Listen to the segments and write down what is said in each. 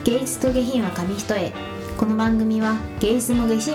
芸術と下品は紙一重。この番組は芸術も下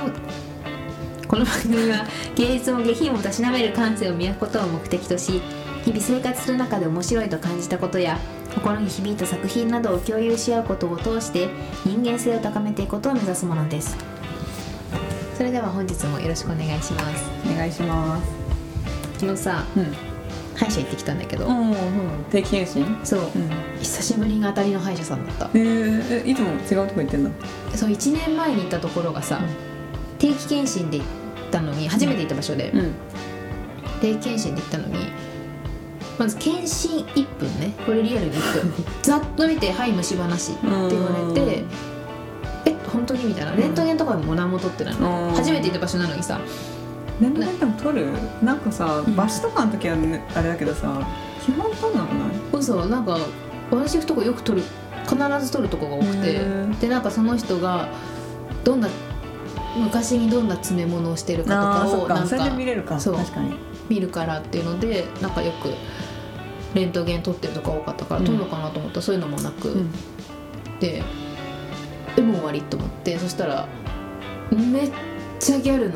品をたしなめる感性を磨くことを目的とし、日々生活する中で面白いと感じたことや心に響いた作品などを共有し合うことを通して人間性を高めていくことを目指すものです。それでは本日もよろしくお願いします。 お願いします。 昨日さ、歯医者行ってきたんだけど、 定期検診？ そう、久しぶりに当たりの歯医者さんだった。 いつも違うとこ行ってんだ？ そう、1年前に行ったところがさ、定期検診で行ったのに、初めて行った場所で、定期検診で行ったのに、まず検診1分ね、これリアルに1分ざっと見て、はい虫歯なしって言われて、本当にみたいな。レントゲンとかも何も取ってないの、初めて行った場所なのにさ。 レントゲンでも取る？なんかさ、バシとかの時は、あれだけどさ、基本取んなくない？ 嘘、なんか私とかよく取る、必ず取るとこが多くて、でなんかその人が昔にどんな詰め物をしてるかとかをなんかそれで見れるか。 そう、 確かに見るからっていうので、なんかよくレントゲン撮ってるとか多かったから、撮るのかなと思ったらそういうのもなく、でもう終わりと思って、そしたらめっちゃギャルの、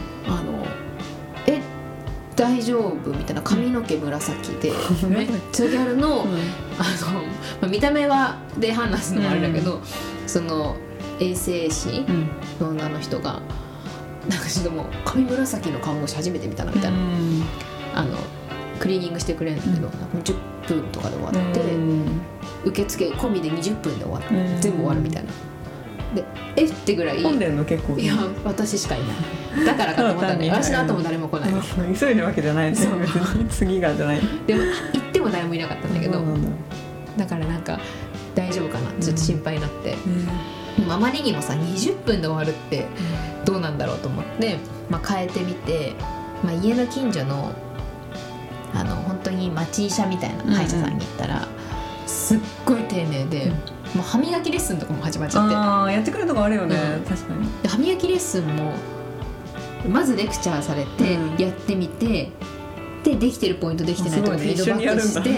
大丈夫みたいな、髪の毛紫で、めっちゃギャルの、見た目で判断するのもあれだけど、その衛生士の女の人がなんかちょっともう髪紫の看護師初めて見たなみたいな、クリーニングしてくれるんだけど、10分とかで終わって、受付込みで20分で終わって、全部終わるみたいな。でってぐらい混んでるの結構。 いや、私しかいないだからかと思ったんだよ。私の後も誰も来ない。 急いでるわけじゃないですよ、別に次がじゃない。 でも行っても誰もいなかったんだけど、だからなんか大丈夫かなってちょっと心配になって、あまりにもさ20分で終わるってどうなんだろうと思って、変えてみて、家の近所の本当に町医者みたいな歯医者さんに行ったら、すっごい丁寧で、もう歯磨きレッスンとかも始まっちゃって、 やってくるとこあるよね、確かに。 で歯磨きレッスンもまずレクチャーされて、やってみて、でできてるポイントできてないところにフィードバックして、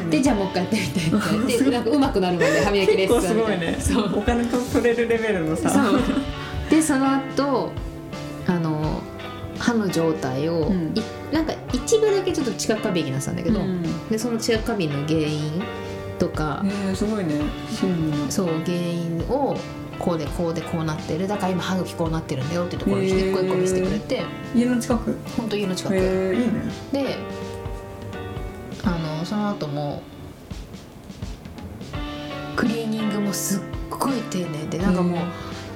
でじゃあもう一回やってみてってでなんか上手くなるまで歯磨きレッスンみたいな。 結構すごいね。お金取れるレベルのさ。 そうでその後歯の状態を、なんか一部だけちょっと知覚過敏になってたんだけど、でその知覚過敏の原因とか、 すごいね。 そう原因をこうでこうなってる、だから今歯茎こうなってるんだよっていうところを一個一個見せてくれて、 家の近く？ 本当家の近く。 いいね。 でその後もクリーニングもすっごい丁寧で、なんかもう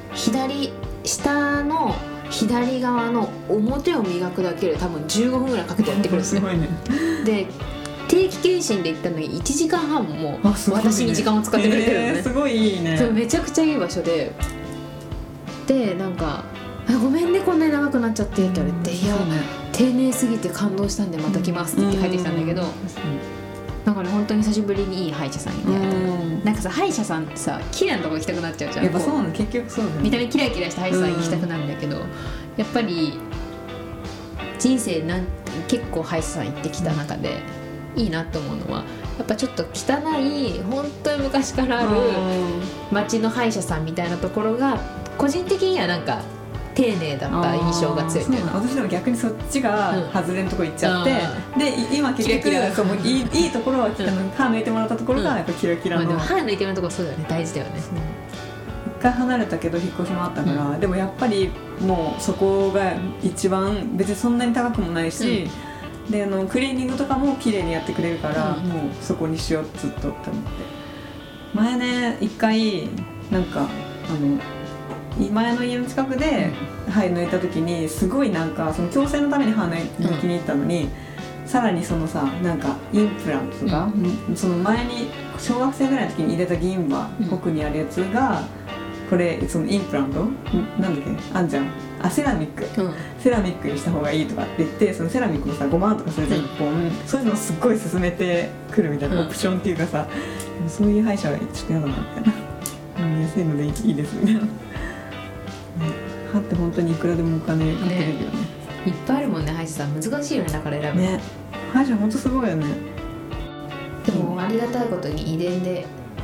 下の左側の表を磨くだけで多分15分ぐらいかけてやってくるんですよ。 すごいね。 で定期検診で行ったのに1時間半も私に時間を使ってくれてるのね。 すごいいいね。 そう、めちゃくちゃいい場所で、なんかごめんねこんなに長くなっちゃってって言われて、いや丁寧すぎて感動したんでまた来ますって言って帰ってきたんだけど、だから本当に久しぶりにいい歯医者さんに出会えた。なんかさ、歯医者さんってさ綺麗なとこ行きたくなっちゃうじゃん。 やっぱそうなの、結局そうだね。 見た目キラキラした歯医者さんに行きたくなるんだけど、やっぱり人生結構歯医者さん行ってきた中でいいなと思うのは、やっぱちょっと汚い本当に昔からある町の歯医者さんみたいなところが個人的にはなんか丁寧だった印象が強いというか、 私でも逆にそっちが外れのとこ行っちゃって、で今結局いいところは歯抜いてもらったところがやっぱキラキラの、 でも歯抜いてもらったところそうだよね、大事だよね。 一回離れたけど引っ越しもあったから、でもやっぱりもうそこが一番、別にそんなに高くもないし、でクリーニングとかも綺麗にやってくれるから、もうそこにしようずっとって思って。前ね一回なんか前の家の近くで歯抜いた時に、すごいなんかその矯正のために歯抜きに行ったのに、さらにそのさ、なんかインプラントとか、その前に小学生ぐらいの時に入れた銀歯、奥にあるやつがこれそのインプラントなんだっけあんじゃん、セラミック、セラミックにした方がいいとかって言って、そのセラミックもさ5万とかするじゃん、1本、そういうのをすっごい勧めてくるみたいな、オプションっていうかさ、そういう歯医者はちょっとやだなみたいな、安いのでいいですみたいな。歯って本当にいくらでもお金かけれるよね。 いっぱいあるもんね、歯医者さん。難しいよね、だから選ぶね。歯医者本当すごいよね。 でもありがたいことに遺伝で向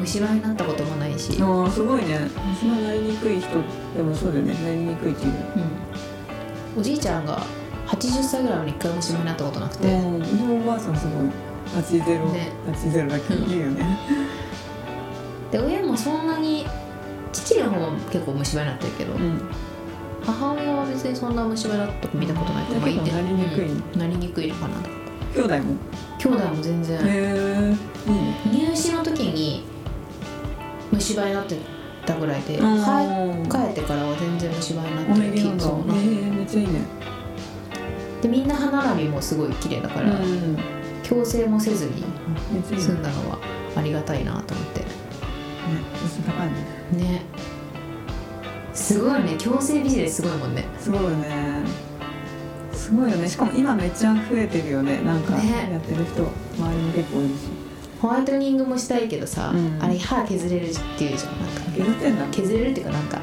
虫歯になったこともないし、 ああすごいね。虫歯になりにくい人でもそうだよね、なりにくいっていう、 おじいちゃんが80歳ぐらいまで1回虫歯になったことなくて、 うちのおばあさんすごい80、 ね、 80だけいいよね、 で親もそんなに父の方は結構虫歯になってるけど、母親は別にそんな虫歯だと見たことない子もいて、 なりにくい、 なりにくいのかな。 兄弟も兄弟も全然、入試の時に虫歯になってたぐらいで、帰ってからは全然虫歯になってる気がするな。 めっちゃいいね。 でみんな歯並びもすごい綺麗だから、矯正もせずに済んだのはありがたいなと思って。 高いね。 ね。すごいね、矯正ビジネスすごいもんね。 すごいよね。すごいよね。しかも今めっちゃ増えてるよね。なんかやってる人、周りも結構いるし。 ホワイトニングもしたいけどさ、あれ歯削れるっていうじゃん。なんか削ってんだ。 削れるっていうかなんか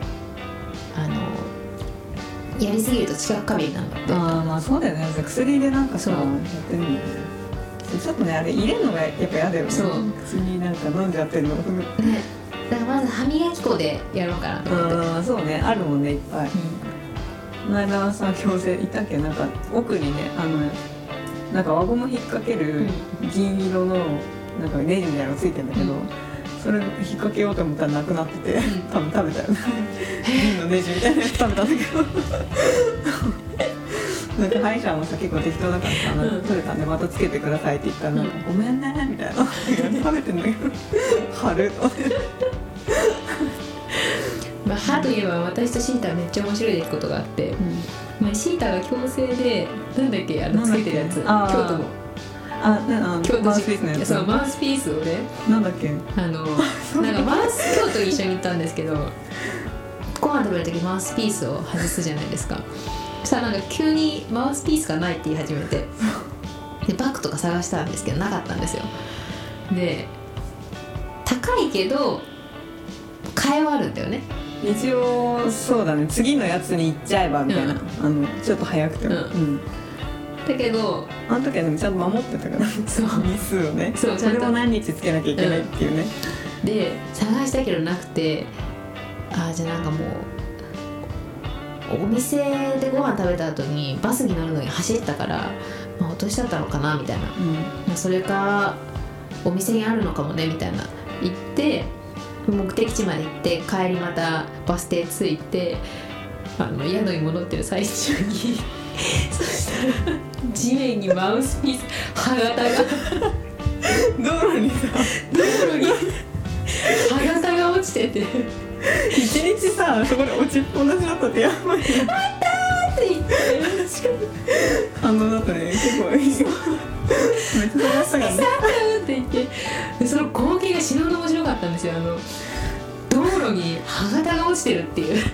やりすぎると知覚過敏になるんだって。 ああまあそうだよね。薬でなんかさやってるんだよね。ちょっとねあれ入れるのがやっぱ嫌だよね。そう。普通になんか飲んじゃってるの。ね。 だからまず歯磨き粉でやろうかなと思って。 ああそうね、あるもんねいっぱい。この間さ矯正いたっけ、なんか奥にねなんか輪ゴム引っ掛ける銀色のなんかネジみたいなのついてんだけど、それ引っ掛けようと思ったらなくなってて、多分食べたよね。銀のネジみたいなやつ食べたんだけど。なんか歯医者もさ結構適当だからさ、取れたんでまたつけてくださいって言ったらなんかごめんねみたいな食べてんだけど貼ると。 まあ、歯といえば私とシータはめっちゃ面白いことがあって、シータが矯正でなんだっけつけてるやつ、京都の京都マウスピースのやつ、そうマウスピースをね、 なんだっけなんかマウス京都に一緒に行ったんですけど、ご飯食べる時マウスピースを外すじゃないですか。そしたらなんか急にマウスピースがないって言い始めて、でバッグとか探したんですけどなかったんですよ。で高いけど替えはあるんだよね。 一応そうだね、次のやつに行っちゃえばみたいな、ちょっと早くても、 だけどあの時はでもちゃんと守ってたからそう日数をね、それを何日つけなきゃいけないっていうね、 で探したけどなくて、じゃあなんかもうお店でご飯食べた後にバスに乗るのに走ったから、落としちゃったのかなみたいな、それかお店にあるのかもねみたいな言って目的地まで行って、帰りまたバス停着いて宿に戻ってる最中にそしたら地面にマウスピース歯型が道路に歯型が落ちてて一日さそこで落ちっぱなしだったってやばい。あったーって言って反応だったね、結構めっちゃ探したからねって言って、でその光景が死ぬほど面白かったんですよ。道路に歯型が落ちてるっていう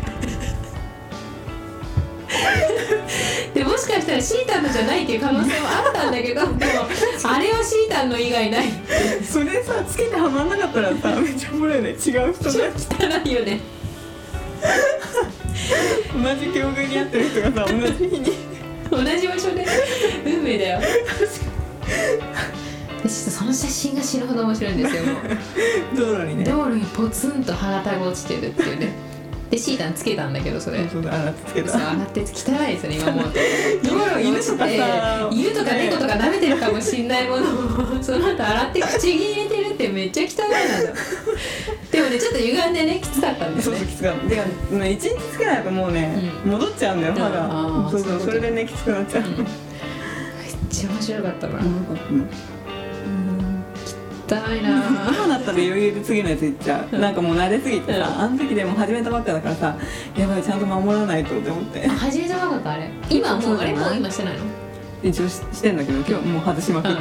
でもしかしたらシータンのじゃないっていう可能性もあったんだけど、でもあれはシータンの以外ないそれさつけてはまんなかったらさめっちゃおもろいね。違う人ね、 汚いよね同じ境遇にあってる人がさ同じ日に同じ場所で運命だよでその写真が死ぬほど面白いんですよ。もう道路にね、 道路にポツンと歯型が落ちてるっていうね。でシータンつけたんだけど、それそうだ、洗ってつけた。 そう洗って汚いですよね今もう。道路に落ちて犬とか猫とか舐めてるかもしんないものをその後洗って口に入れてるってめっちゃ汚いなんだでもねちょっと歪んでねきつかったんですね。 そうきつかった。で1日つけないともうね、戻っちゃうんだよ歯が。そうそれでねきつくなっちゃう。めっちゃ面白かったな。汚いな。 今だったら余裕で次のやついっちゃう。なんかもう慣れすぎてさ、あの時でも始めたばっかだからさ、やばいちゃんと守らないとって思って。 始めたばっかかあれ。今もうあれもう今してないの？ 一応してんだけど今日もう外しまくって。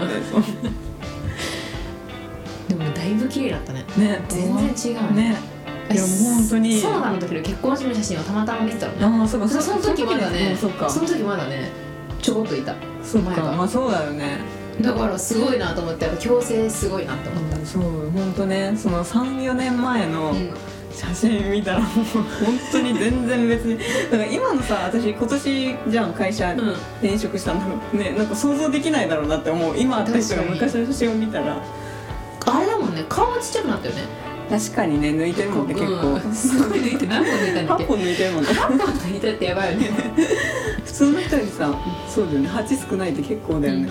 でもだいぶ綺麗だったね。 ね、 全然違うね。いやもう本当に。 ソノガの時の結婚式の写真をたまたま見てたのね。 あ、そうか。 その時まだね。 その時まだね。ちょこっといた。 そうか。まあそうだよね。 だからすごいなと思って、やっぱ矯正すごいなと思った。 そう本当ね、その 3,4 年前の写真見たらもう本当に全然別にだから今のさ、私今年じゃん会社転職したんだろうね、なんか想像できないだろうなって思う。今あった人が昔の写真を見たらあれだもんね、顔がちっちゃくなったよね。 確かにね、抜いてるもんね結構、 すごい抜いて、何本抜いたんだっけ。 8本抜いてるもんね。 8本抜いたってやばいよね。 普通の人よりさ、そうだよね、8少ないって結構だよね、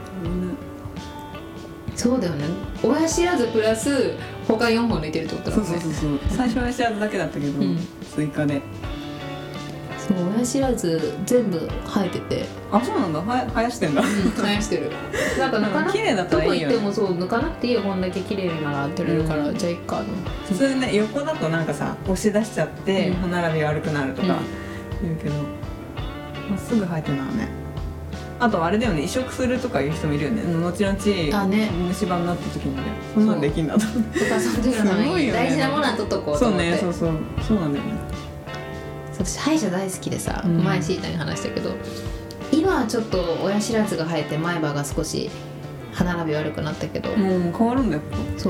そうだよね、親知らずプラス他4本抜いてるってことだもんね。 そう最初は親知らずだけだったけど、追加で。 そう親知らず全部生えてて。 あ、そうなんだ、生やしてんだ。 生やしてる。なんか抜かなくて、 綺麗だったらいいよね。 どこ行ってもそう抜かなくていいよ、こんだけ綺麗にならって言われるから、じゃあいっか。 普通ね、横だとなんかさ、押し出しちゃって歯並び悪くなるとか言うけど、まっすぐ生えてるのはね。あとあれだよね、移植するとかいう人もいるよね。後々虫歯になった時にね、そんなんできんだと。だからその時のために大事なものは取っとこうと思って。 そうなんだよね。 私歯医者大好きでさ、前シータに話したけど、今はちょっと親知らずが生えて前歯が少し歯並び悪くなったけど、 もう変わるんだよ。 そう、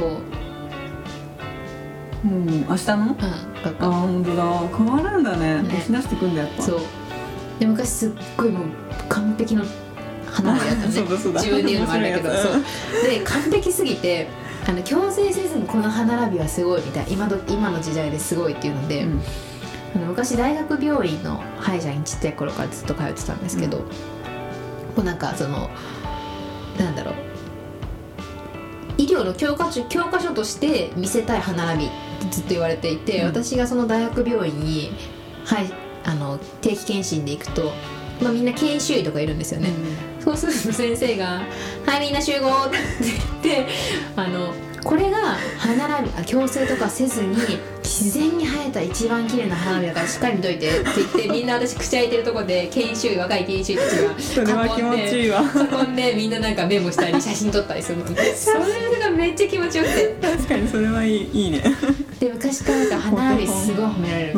明日の？あ、本当だ、変わるんだね。押し出してくんだやっぱ。そう。 で昔すっごいもう完璧の歯並びだったのね。自分で言うのもあるんだけど、そうで完璧すぎて矯正せずにこの歯並びはすごいみたいな、今の時代ですごいっていうので。昔大学病院の歯医者にちっちゃい頃からずっと通ってたんですけど、こうなんかそのなんだろう、医療の教科書として見せたい歯並びってずっと言われていて、私がその大学病院に、定期検診で行くと、みんな研修医とかいるんですよね、そうすると先生が「はいみんな集合」って言ってこれが歯並び矯正とかせずに自然に生えた一番綺麗な歯並びだからしっかり見といてって言って、みんな私口開いてるとこで若い研修医たちがそれは気持ちいいわ。 囲んでみんななんかメモしたり写真撮ったりするので、それがめっちゃ気持ちよくて。 確かにそれはいいね。 で昔から歯並びすごい褒められるから、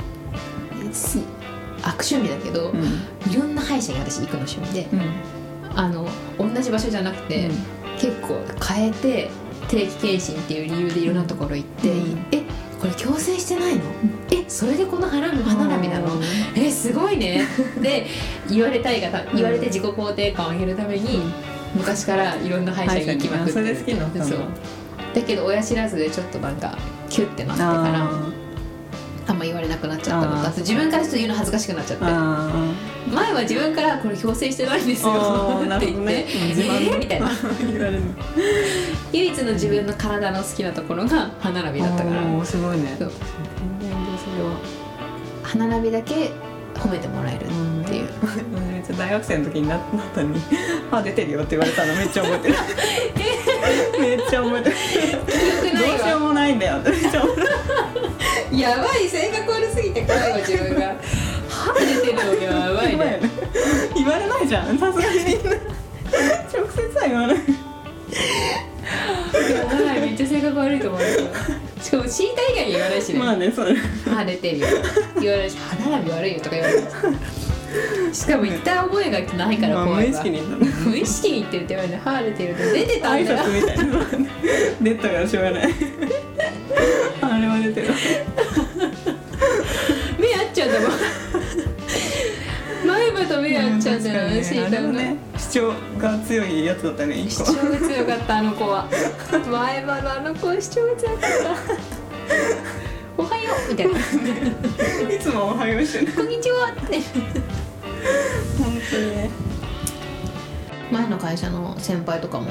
悪趣味だけど、いろんな歯医者に私行くの趣味で、同じ場所じゃなくて、結構変えて定期検診っていう理由でいろんなところ行って、これ矯正してないの？それでこの歯並びなの？すごいねで言われて自己肯定感を上げるために昔からいろんな歯医者に行きまくってる。 それで好きになったんだ。 だけど親知らずでちょっとなんかキュッてなってからあんま言われなくなっちゃったのと、あと自分からちょっと言うの恥ずかしくなっちゃって、前は自分からこれ矯正してないんですよって言ってみたいな言われるの。唯一の自分の体の好きなところが歯並びだったから。 すごいね。 そう、歯並びだけ褒めてもらえるっていう。 めっちゃ大学生の時になったのに歯出てるよって言われたのめっちゃ覚えてる。めっちゃ覚えてる。どうしようもないんだよってめっちゃ覚えてる。 やばい、性格悪すぎて怖いわ自分が。歯出てるのやばいね。 言われないじゃん、さすがにみんな直接は言わない。 やばい、めっちゃ性格悪いと思う。しかもシータ以外に言わないしね。 まあね、そう。 歯出てるよ言わないし、歯並び悪いよとか言われる。しかも言った覚えがないから怖いわ。 無意識に言った。 無意識に言ってるって言われて、歯出てるって出てたんだよ。 挨拶みたいな。出たからしょうがない。あれは出てる。 目合っちゃうんだもん。前歯と目合っちゃうんだよね、シータのね。 主張が強いやつだったね、 主張が強かったあの子は。前歯のあの子は主張が強かった。おはようみたいな。 いつもおはようしてる。 こんにちはって。 本当にね。 前の会社の先輩とかも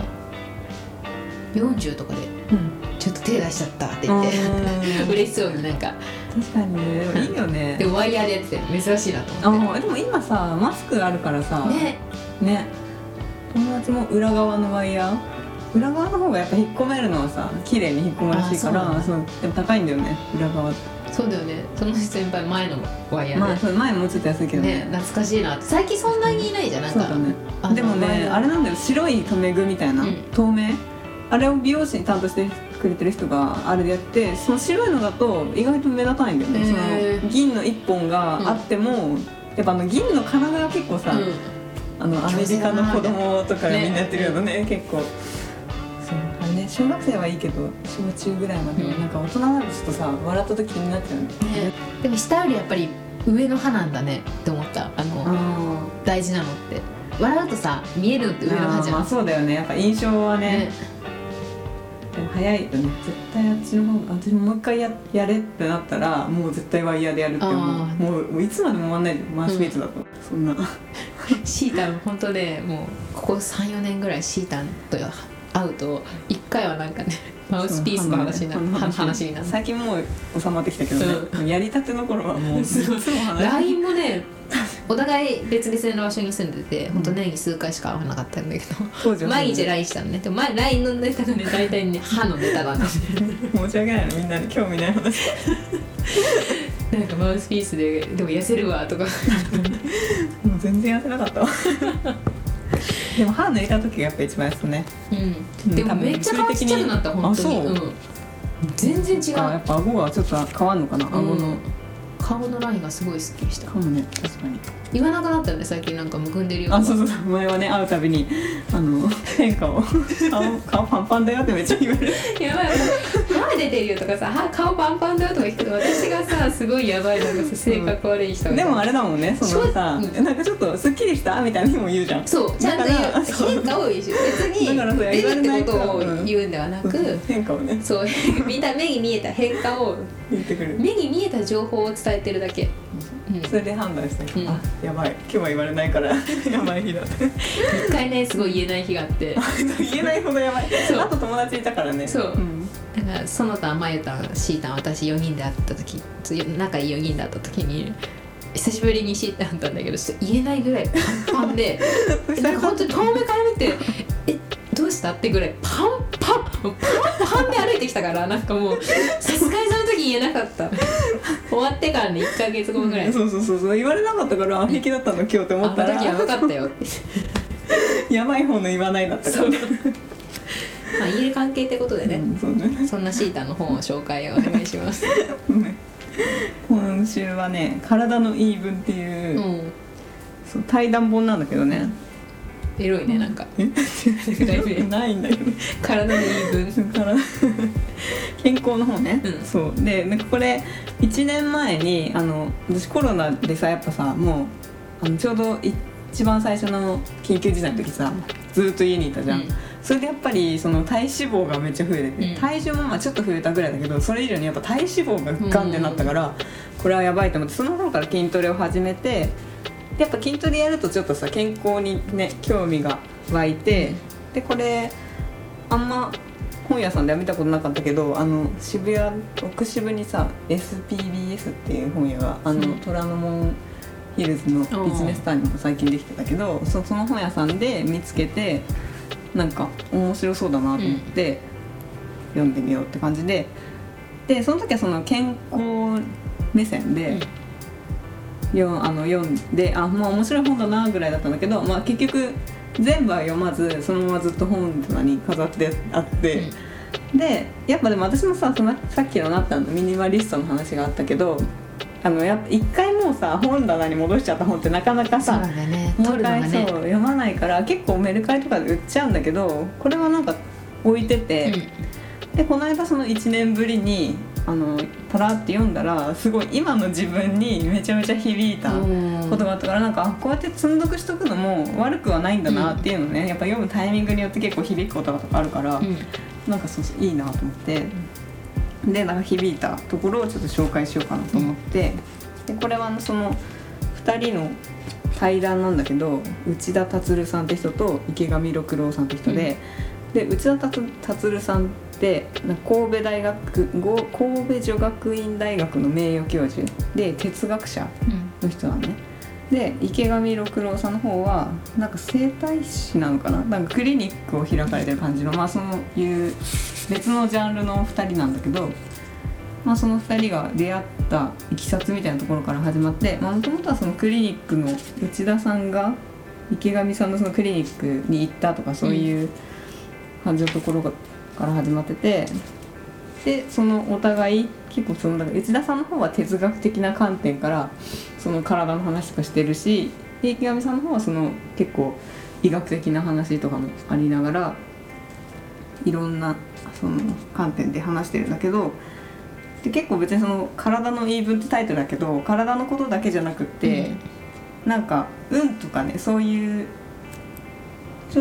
40とかでちょっと手出しちゃったって言って嬉しそうになんか。 確かにね、でもいいよね。 でワイヤーでやってて珍しいなと思って。 でも今さマスクあるからさね、 友達も裏側のワイヤー、裏側の方がやっぱ引っ込めるのはさ綺麗に引っ込むらしいから、そうでも高いんだよね裏側って。 そうだよね、その先輩前のワイヤーで、 前もちょっと安いけどね。 懐かしいなって。最近そんなにいないじゃん、なんか。 そうだね。でもね、あれなんだよ、白い留め具みたいな、透明、あれを美容師に担当してくれてる人があれでやって、その白いのだと意外と目立たないんだよね。その銀の1本があっても、やっぱ銀の金具が結構さ、アメリカの子供とかがみんなやってるようなね、結構そうね、小学生はいいけど小中ぐらいまではなんか大人になるとちょっとさ、笑った時気になっちゃうね。 でも下よりやっぱり上の歯なんだねって思った。大事なのって笑うとさ見えるのって上の歯じゃん。 そうだよね、やっぱ印象はね。 でも早いよね。絶対あっちの方が、私ももう一回 やれってなったらもう絶対ワイヤーでやるって思う。もういつまでも終わんないでマウスピースだと、そんなシータン本当ね、もうここ 3,4 年ぐらいシータンと会うと1回はなんかねマウスピースの話になる。 最近もう収まってきたけどね、やりたての頃はもういつも話 LINE もねお互い別々の場所に住んでて、本当年に数回しか会わなかったんだけど、毎日 LINE したのね。でもLINE のネタがね大体ね歯のネタなんです申し訳ないの、みんなに興味ない話なんかマウスピースでも痩せるわとかもう全然痩せなかったわでも歯抜いた時がやっぱ一番やつね。 でもめっちゃ顔ちっちゃくなった本当に。全然違う。 やっぱ顎がちょっと変わんのかな、顎の顔のラインがすごいスッキリしたかもね。確かに言わなくなったよね最近、なんかむくんでるよとか。 そう前はね会うたびに変化を顔パンパンだよってめっちゃ言われるやばい歯出てるよとかさ、顔パンパンだよとか言って私がさすごいやばいなんかさ性格悪い人みたいな。 でもあれだもんね、そのさ、なんかちょっとスッキリしたみたいなのも言うじゃん。 そうちゃんと言う変化を言うし、別にだからそれ出るってことを言うんではなく、 変化をね、 そう目に見えた変化を言ってくる。 目に見えた情報を伝えてるだけ。 それで判断して、あ、やばい今日は言われないからやばい日だって一回ねすごい言えない日があって言えないほどやばい。あと友達いたからね。 そう、だから園田真由たんシータン私4人で会った時、仲いい4人で会った時に久しぶりにシータン会ったんだけど言えないぐらいパンパンでなんか本当に遠目から見てどうしたってぐらいパンで歩いてきたから、なんかもうさすがにその時言えなかった終わってからね1ヶ月後ぐらいそう言われなかったから平気だったの今日って思ったら、 あの時やばかったよってやばい方の言わないだったからまあ言える関係ってことでね、そんなシータンの本を紹介をお願いします今週はね体の言い分っていう、そう対談本なんだけどね、 エロいねなんかないんだけど体の言い分健康の方ね、そうでなんかこれ1年前に私コロナでさやっぱさもうちょうど一番最初の緊急事態の時さずっと家にいたじゃん、それでやっぱりその体脂肪がめっちゃ増えてて、体重もまあちょっと増えたぐらいだけどそれ以上にやっぱ体脂肪がガンってなったから、これはやばいと思ってその頃から筋トレを始めて、やっぱ筋トレやるとちょっとさ健康にね興味が湧いて、でこれあんま本屋さんでは見たことなかったけど渋谷奥渋にさ SPBS っていう本屋が虎ノ門ヒルズのビジネスターにも最近できてたけど、その本屋さんで見つけてなんか面白そうだなと思って、読んでみようって感じでその時はその健康目線で、読んでまあ面白い本だなぐらいだったんだけど、まあ、結局全部は読まずそのままずっと本棚に飾ってあって、でやっぱでも私もさっきのなったミニマリストの話があったけどやっぱ一回もうさ本棚に戻しちゃった本ってなかなかさ、もう一回そう読まないから結構メルカリとかで売っちゃうんだけど、これはなんか置いてて、でこの間その1年ぶりにパラって読んだらすごい今の自分にめちゃめちゃ響いたことがあったから、なんかこうやって積んどくしとくのも悪くはないんだなっていうのね、やっぱ読むタイミングによって結構響くこととかあるから、なんかそういいなと思って、でなんか響いたところをちょっと紹介しようかなと思って、でこれはその2人の対談なんだけど、内田達さんって人と池上六郎さんって人で、で内田達さんって神戸女学院大学の名誉教授で哲学者の人なのね、で池上六郎さんの方はなんか整体師なのかな、なんかクリニックを開かれてる感じの、まあそういう別のジャンルの2人なんだけど、まあ、その2人が出会ったいきさつみたいなところから始まって、もともとはそのクリニックの内田さんが池上さんのそのクリニックに行ったとかそういう感じのところから始まってて、でそのお互い結構だから内田さんの方は哲学的な観点からその体の話とかしてるし、池上さんの方はその結構医学的な話とかもありながらいろんなその観点で話してるんだけど、で結構別にその体の言い分ってタイトルだけど体のことだけじゃなくって、なんか運とかねそういう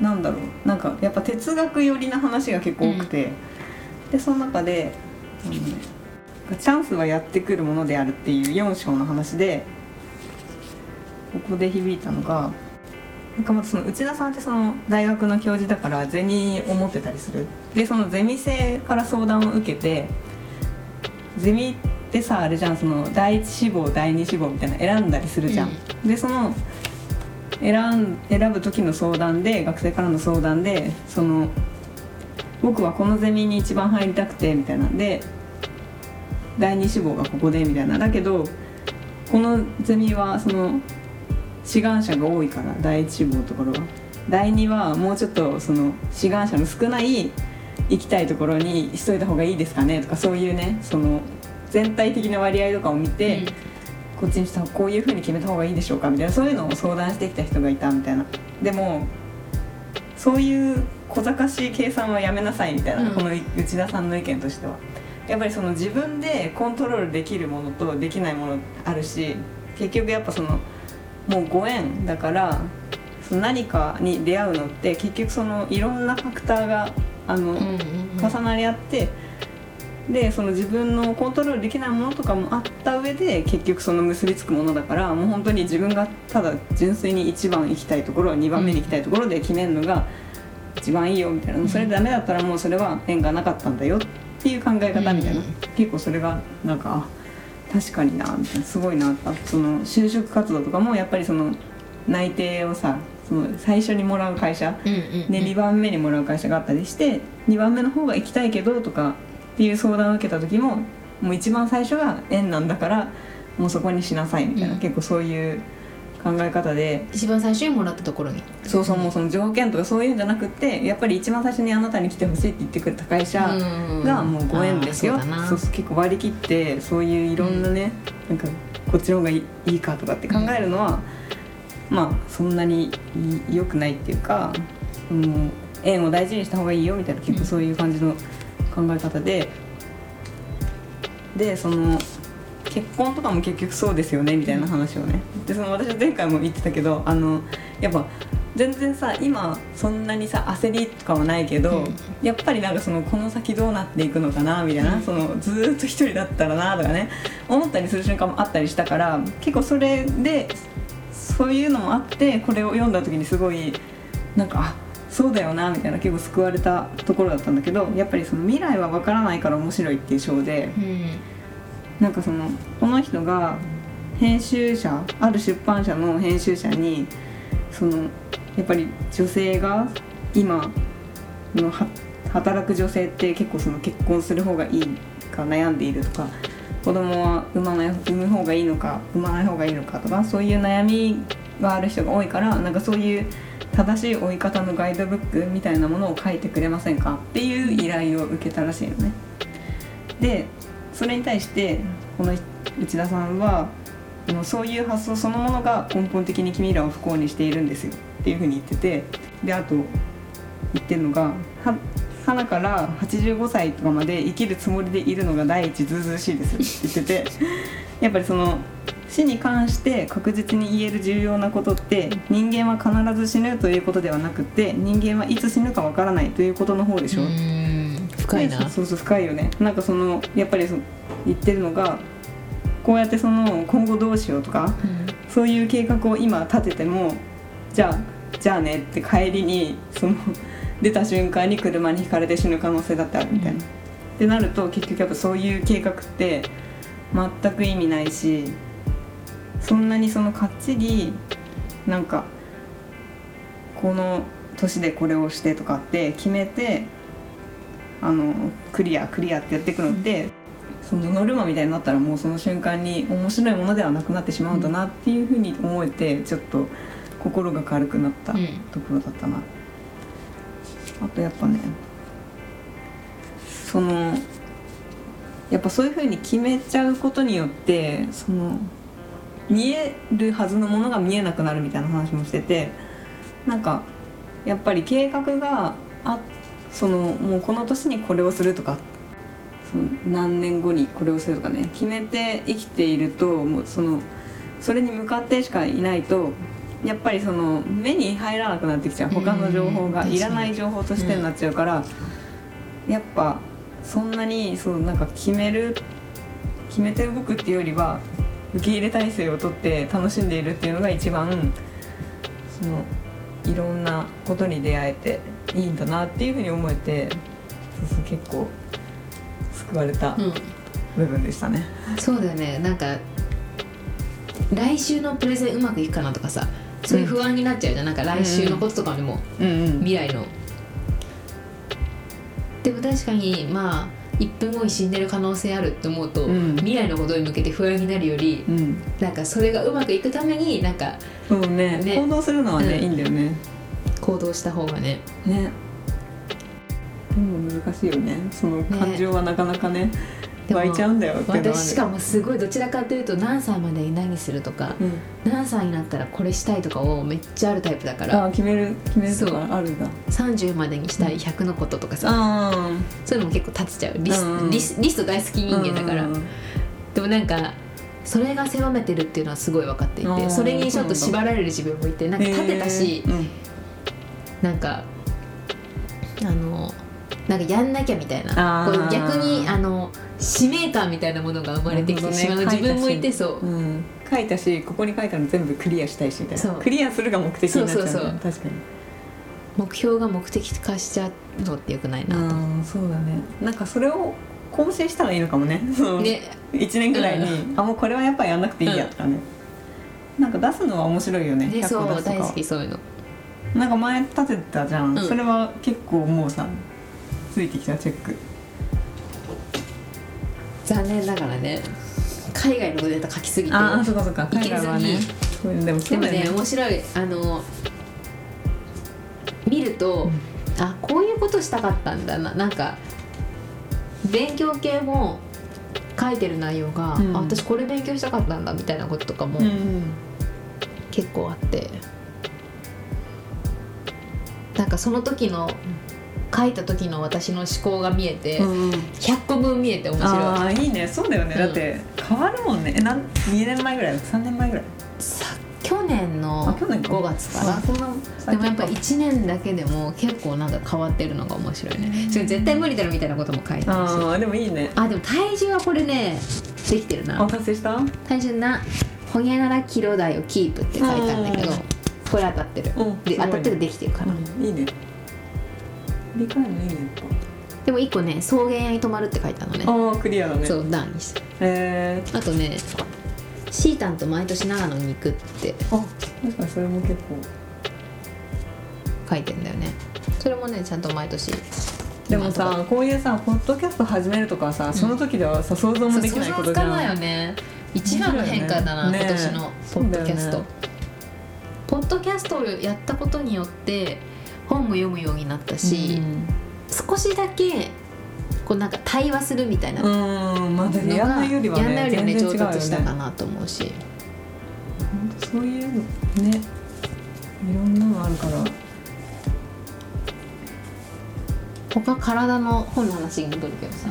なんだろう、なんかやっぱ哲学寄りな話が結構多くて、でその中で、チャンスはやってくるものであるっていう4章の話で、ここで響いたのが、なんかまたその内田さんってその大学の教授だからゼミを持ってたりする。でそのゼミ生から相談を受けて、ゼミってさあれじゃん、その第一志望第二志望みたいな選んだりするじゃん、でその選ぶ時の相談で、学生からの相談で、その僕はこのゼミに一番入りたくてみたいなんで、第二志望がここでみたいな、だけどこのゼミはその志願者が多いから、第一志望のところは、第二はもうちょっとその志願者の少ない行きたいところにしといた方がいいですかねとか、そういうね、その全体的な割合とかを見て、こっちにしたらこういう風に決めた方がいいでしょうかみたいな、そういうのを相談してきた人がいたみたいな。でもそういう小賢しい計算はやめなさいみたいな、この内田さんの意見としては、やっぱりその自分でコントロールできるものとできないものあるし、結局やっぱそのもうご縁だから、その何かに出会うのって結局そのいろんなファクターが重なり合って、でその自分のコントロールできないものとかもあった上で結局その結びつくものだから、もう本当に自分がただ純粋に1番行きたいところ、2番目に行きたいところで決めるのが一番いいよみたいな、それでダメだったらもうそれは縁がなかったんだよっていう考え方みたいな、結構それがなんか確かになみたいな、すごいな。あとその就職活動とかもやっぱりその内定をさ、その最初にもらう会社で2番目にもらう会社があったりして、2番目の方が行きたいけどとかっていう相談を受けた時も、もう一番最初が縁なんだからもうそこにしなさいみたいな、結構そういう考え方で、 一番最初にもらったところに、 そうそう、もうその条件とかそういうんじゃなくて、やっぱり一番最初にあなたに来てほしいって言ってくれた会社がもうご縁ですよ、そう結構割り切って、そういういろんなね、なんかこっちの方がいいかとかって考えるのは、まあそんなに良くないっていうか、縁を大事にした方がいいよみたいな、結構そういう感じの考え方で、でその結婚とかも結局そうですよねみたいな話をね、でその私は前回も言ってたけど、やっぱ全然さ今そんなにさ焦りとかはないけど、やっぱりなんかそのこの先どうなっていくのかなみたいな、そのずっと一人だったらなとかね思ったりする瞬間もあったりしたから、結構それでそういうのもあって、これを読んだ時にすごいなんかそうだよなみたいな、結構救われたところだったんだけど、やっぱりその未来は分からないから面白いっていう章で、なんかそのこの人が編集者、ある出版社の編集者に、そのやっぱり女性が今の働く女性って結構その結婚する方がいいか悩んでいるとか、子供は産む方がいいのか産まない方がいいのかとか、そういう悩みがある人が多いから、なんかそういう正しい追い方のガイドブックみたいなものを書いてくれませんかっていう依頼を受けたらしいのね。でそれに対してこの内田さんは、そういう発想そのものが根本的に君らを不幸にしているんですよっていうふうに言ってて、であと言ってるのが、花から85歳とかまで生きるつもりでいるのが第一ずうずうしいですって言っててやっぱりその死に関して確実に言える重要なことって、人間は必ず死ぬということではなくて、人間はいつ死ぬかわからないということの方でしょ。 深いな。 そう深いよね。なんかそのやっぱり言ってるのが、こうやってその今後どうしようとか、そういう計画を今立てても、じゃあねって帰りにその出た瞬間に車にひかれて死ぬ可能性だってあるみたいな、ってなると結局やっぱそういう計画って全く意味ないし、そんなにそのかっちりなんかこの年でこれをしてとかって決めてクリアってやっていくのって、そのノルマみたいになったらもうその瞬間に面白いものではなくなってしまうんだなっていうふうに思えて、ちょっと心が軽くなったところだったな。あとやっぱね、やっぱそういう風に決めちゃうことによって、その見えるはずのものが見えなくなるみたいな話もしてて、なんかやっぱり計画がもうこの年にこれをするとか、何年後にこれをするとかね決めて生きていると、もうそれに向かってしかいないと、 やっぱりその目に入らなくなってきちゃう、他の情報がいらない情報としてになっちゃうから、やっぱそんなにそうなんか決めて動くっていうよりは受け入れ体制をとって楽しんでいるっていうのが一番そのいろんなことに出会えていいんだなっていうふうに思えて、結構救われた部分でしたね。 そうだよね。なんか来週のプレゼンうまくいくかなとかさ、そういう不安になっちゃうじゃん。なんか来週のこととかにも、未来の。でも確かにまあ1分後に死んでる可能性あるって思うと、未来のことに向けて不安になるより、なんかそれがうまくいくためになんかそうね、行動するのはね、いいんだよね。 行動した方がね。 でも難しいよね。その感情はなかなかね湧いちゃうんだよっていうのはね。 私しかもすごいどちらかというと何歳までに何するとか、何歳になったらこれしたいとかをめっちゃあるタイプだから。 決めるとかあるんだ。 30までにしたい100のこととかさ、そういうのも結構立てちゃう。リスト大好き人間だから。でもなんかそれが狭めてるっていうのはすごい分かっていて、それにちょっと縛られる自分もいて、なんか立てたし、なんかなんかやんなきゃみたいな、こう逆に使命感みたいなものが生まれてきてしまう自分もいて、そう、 書いたし、ここに書いたの全部クリアしたいしみたいな、クリアするが目的になっちゃう、確かに目標が目的化しちゃうのってよくないなと。 そうだね。なんかそれを更新したらいいのかもね。1年ぐらいに、もうこれはやっぱやんなくていいやとかね、なんか出すのは面白いよね。100個出すとか大好き、そういうの。 なんか前立てたじゃん、それは結構もうさついてきたチェック。 残念ながらね、海外のデータ書きすぎてそうか海外はね。でもね、面白い。見ると、こういうことしたかったんだな。なんか勉強系も書いてる内容が、私これ勉強したかったんだみたいなこととかも結構あって、なんかその時の書いた時の私の思考が見えて、100個分見えて面白い。 いいね。そうだよね、だって変わるもんね。2年前ぐらい、3年前ぐらい、 去年の5月かな。でもやっぱ1年だけでも結構なんか変わってるのが面白いね。それ絶対無理だろみたいなことも書いてあるし。 でもいいね。 でも体重はこれねできてるな。 達成した？ 体重ほにゃららキロ台をキープって書いてあるんだけど、これ当たってる。で当たってる、できてるから。 いいね。理解のいいね。 でも1個ね、草原屋に泊まるって書いてあるのね。クリアだね。 そう段にして。あとね、シータンと毎年長野に行くって。 確かにそれも結構書いてんだよね。それもねちゃんと毎年。 でもさ、こういうさポッドキャスト始めるとかさ、その時ではさ想像もできないことじゃん。 想像つかないよね。一番の変化だな、今年のポッドキャスト。ポッドキャストをやったことによって本も読むようになったし、少しだけこうなんか対話するみたいなのがやんないよりはね上達したかなと思うし、 本当そういうのね、いろんなのあるから。 他体の本の話に戻るけどさ、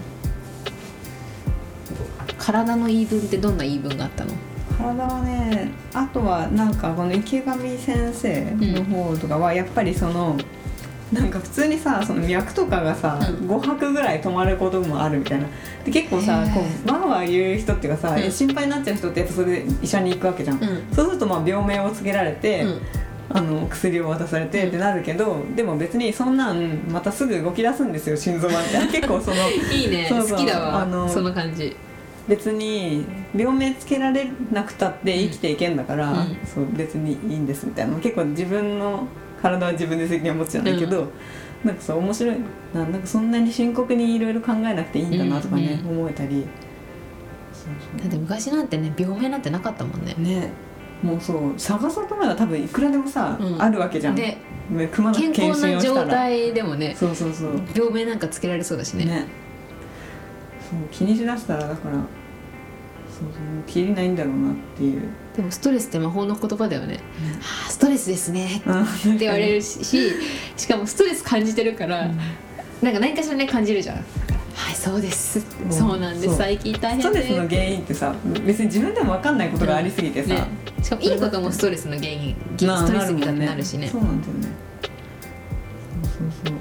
体の言い分ってどんな言い分があったの？ 体はね、あとはなんかこの池上先生の方とかはやっぱりそのなんか普通にさ、その脈とかがさ、5泊ぐらい止まることもあるみたいな。で結構さ、こうわーわー言う人っていうかさ、心配になっちゃう人ってやっぱそれで医者に行くわけじゃん。そうするとまあ病名をつけられて、薬を渡されてってなるけど、でも別にそんなんまたすぐ動き出すんですよ、心臓はって。結構そのいいね、好きだわその感じ。 別に病名つけられなくたって生きていけんだから、そう別にいいんですみたいな。結構自分の体は自分で責任を持つじゃないけど、なんかそう面白いなんかそんなに深刻にいろいろ考えなくていいんだなとかね、思えたり。 だって昔なんてね、病名なんてなかったもんね。 もうそう探そうと思えば多分いくらでもさ、あるわけじゃん。で健康な状態でもね、 そう病名なんかつけられそうだしね。 そう気にしだしたらだからきりないんだろうなっていう。 でもストレスって魔法の言葉だよね。ストレスですねって言われるし、しかもストレス感じてるから、なんか何かしらね感じるじゃん。はいそうです、そうなんです、最近大変で。 ストレスの原因ってさ、別に自分でも分かんないことがありすぎてさ、 しかもいいこともストレスの原因、ストレスになるしね。 そうなんだよね。そう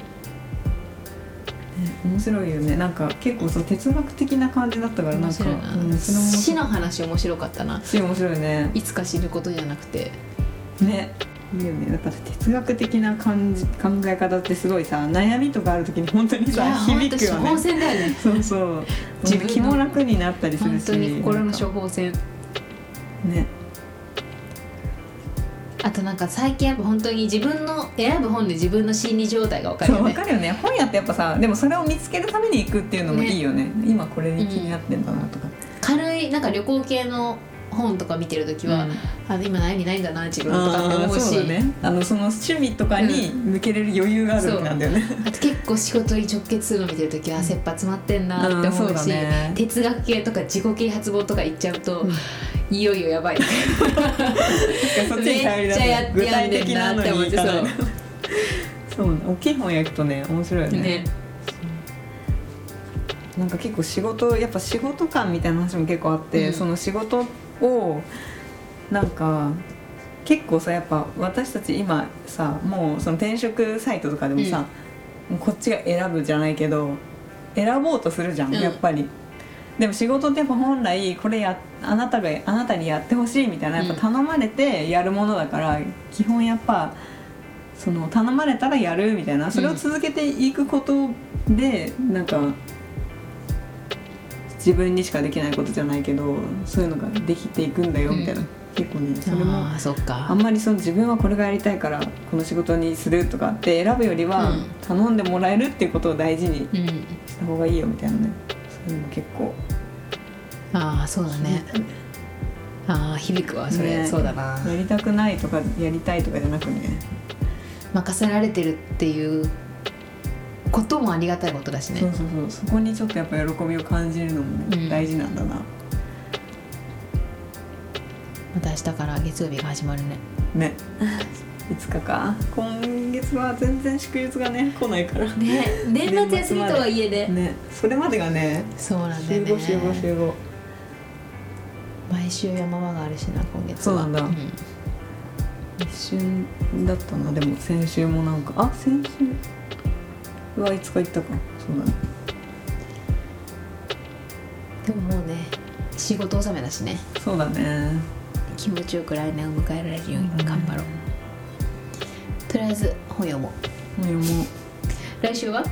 面白いよね。なんか結構そう哲学的な感じだったから、なんか死の話面白かったな。 死面白いね。 いつか死ぬことじゃなくてね、いいよね。だから哲学的な考え方ってすごいさ、悩みとかある時に本当にさ響くよね。 処方箋だよね。 そうそう自分気も楽になったりするし、 本当に心の処方箋ね。 あとなんか最近やっぱ本当に自分の選ぶ本で自分の心理状態が分かるよね。 そう分かるよね。本屋ってやっぱさ、でもそれを見つけるために行くっていうのもいいよね。今これに気になってんだなとか、 軽いなんか旅行系の本とか見てるときは、今悩みないんだな自分とかって思うし、 そうだね、その趣味とかに向けれる余裕があるんだよね。 あと結構仕事に直結するの見てるときは切羽詰まってんなって思うし、 ね、 哲学系とか自己啓発本とか言っちゃうと、いよいよやばいそっちに頼り出す具体的なのにいかない。そう大きい本焼くとね面白いよね。なんか結構やっぱ仕事感みたいな話も結構あって、その仕事をなんか結構さ、やっぱ私たち今さ、もうその転職サイトとかでもさ、こっちが選ぶじゃないけど選ぼうとするじゃん、やっぱり。でも仕事ってやっぱ本来これあなたにやってほしいみたいな、やっぱ頼まれてやるものだから、基本やっぱその頼まれたらやるみたいな、それを続けていくことで、なんか自分にしかできないことじゃないけど、そういうのができていくんだよみたいな、結構ね、それもあんまりその自分はこれがやりたいからこの仕事にするとかって選ぶよりは、頼んでもらえるっていうことを大事にした方がいいよみたいなね、そういうの結構そうだね。響くわそれ、そうだな。 やりたくないとかやりたいとかじゃなくね、 任せられてるっていうこともありがたいことだしね。 そこにちょっとやっぱ喜びを感じるのもね、大事なんだな。 また明日から月曜日が始まるね。5日か。今月は全然祝日がね来ないからね。年末休みとはいえね、 それまでがね、 そうなんだよね。 集合毎週山場があるしな、今月は。 そうなんだ、一瞬だったな。でも先週もなんか先週はいつか行ったか。そうだね。 でももうね仕事納めだしね。 そうだね。 気持ちよく来年を迎えられるように頑張ろう。とりあえず本読もう。来週は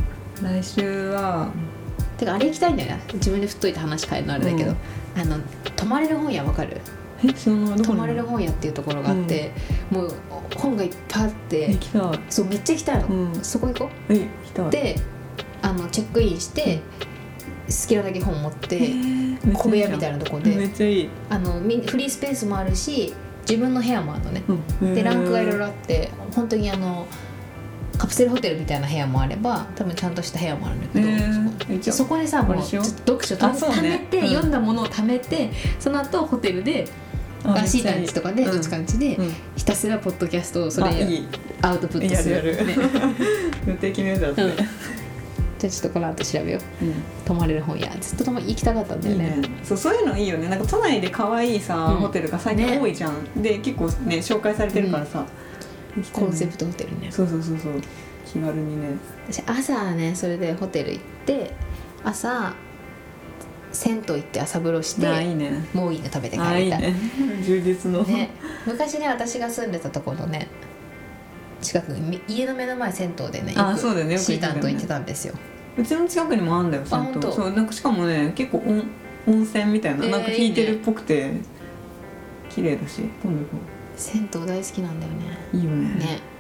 てかあれ行きたいんだよね。自分で振っといた話変えるのあれだけど、泊まれる本屋わかる？泊まれる本屋っていうところがあって、もう本がいっぱいあって、そうめっちゃ行きたいの、そこ行こう。 行きたい。 でチェックインして、好きなだけ本持って小部屋みたいなところで、 めっちゃいい。 フリースペースもあるし自分の部屋もあるのね、でランクがいろいろあって、本当にカプセルホテルみたいな部屋もあれば、多分ちゃんとした部屋もあるんだけど、そこでさ、もう読書貯めて、読んだものを貯めて、その後ホテルでシータンチとかでどっちかんちでひたすらポッドキャストをそれアウトプットする。 予定決めるやつね。 じゃあちょっとこの後調べよう。泊まれる本屋ずっと行きたかったんだよね。 そういうのいいよね。なんか都内で可愛いさホテルが最近多いじゃん。で結構ね紹介されてるからさ。 コンセプトホテルね。 そう気軽にね。 私朝ねそれでホテル行って朝銭湯行って朝風呂してもういいの食べて帰りたい。 いいね。充実の。 ね、昔ね私が住んでたところのね近くに家の目の前銭湯でねよくシータンと行ってたんですよ。 うちの近くにもあるんだよ銭湯。そうなんかしかもね結構温泉みたいななんか引いてるっぽくて綺麗だし。 銭湯大好きなんだよね。 いいよね。 ね。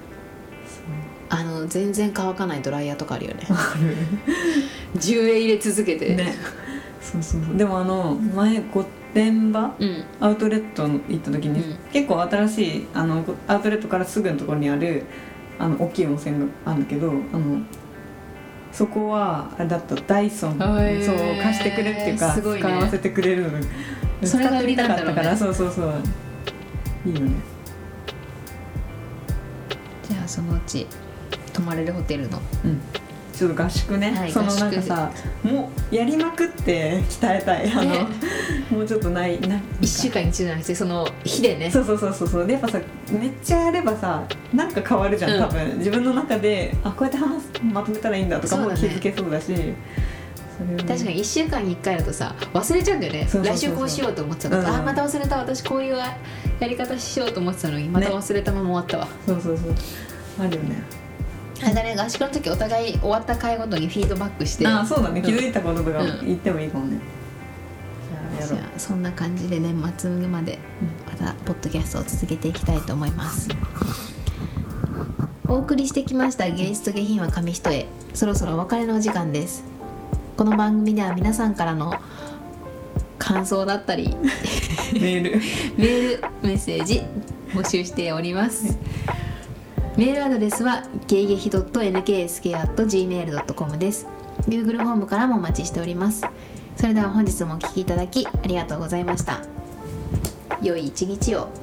全然乾かないドライヤーとかあるよね。10円入れ続けて。 ね。そうでも前御殿場、アウトレット行った時に、結構新しいアウトレットからすぐのところにある大きい温泉があるんだけど、そこはあれだったダイソン、そう貸してくれっていうか、使わせてくれるの。 それが売りだったから。 そういいよね。 じゃあそのうち泊まれるホテルのちちょっと合宿ね、 はい、 そのなんかさもうやりまくって鍛えたいね、 もうちょっとないな 1週間に一度じゃなくてその日でね。 そうでやっぱさめっちゃやればさなんか変わるじゃん多分、自分の中でこうやってまとめたらいいんだとかも気づけそうだし、それをね、 確かに1週間に1回だとさ忘れちゃうんだよね。来週こうしようと思ってたのと、また忘れた、私こういうやり方しようと思ってたのにまた忘れたまま終わったわ、 ね、そうあるよね。 あれだね、合宿の時お互い終わった回ごとにフィードバックして、 そうだね、気づいたこととか言ってもいいかもね、 じゃあそんな感じで年末までまたポッドキャストを続けていきたいと思います。お送りしてきました芸術と下品は紙一重、そろそろお別れのお時間です。この番組では皆さんからの感想だったりメールメッセージ募集しております。メールアドレスは芸劇 .nksk@gmail.com です。 Google フォームからもお待ちしております。それでは本日もお聞きいただきありがとうございました。良い一日を。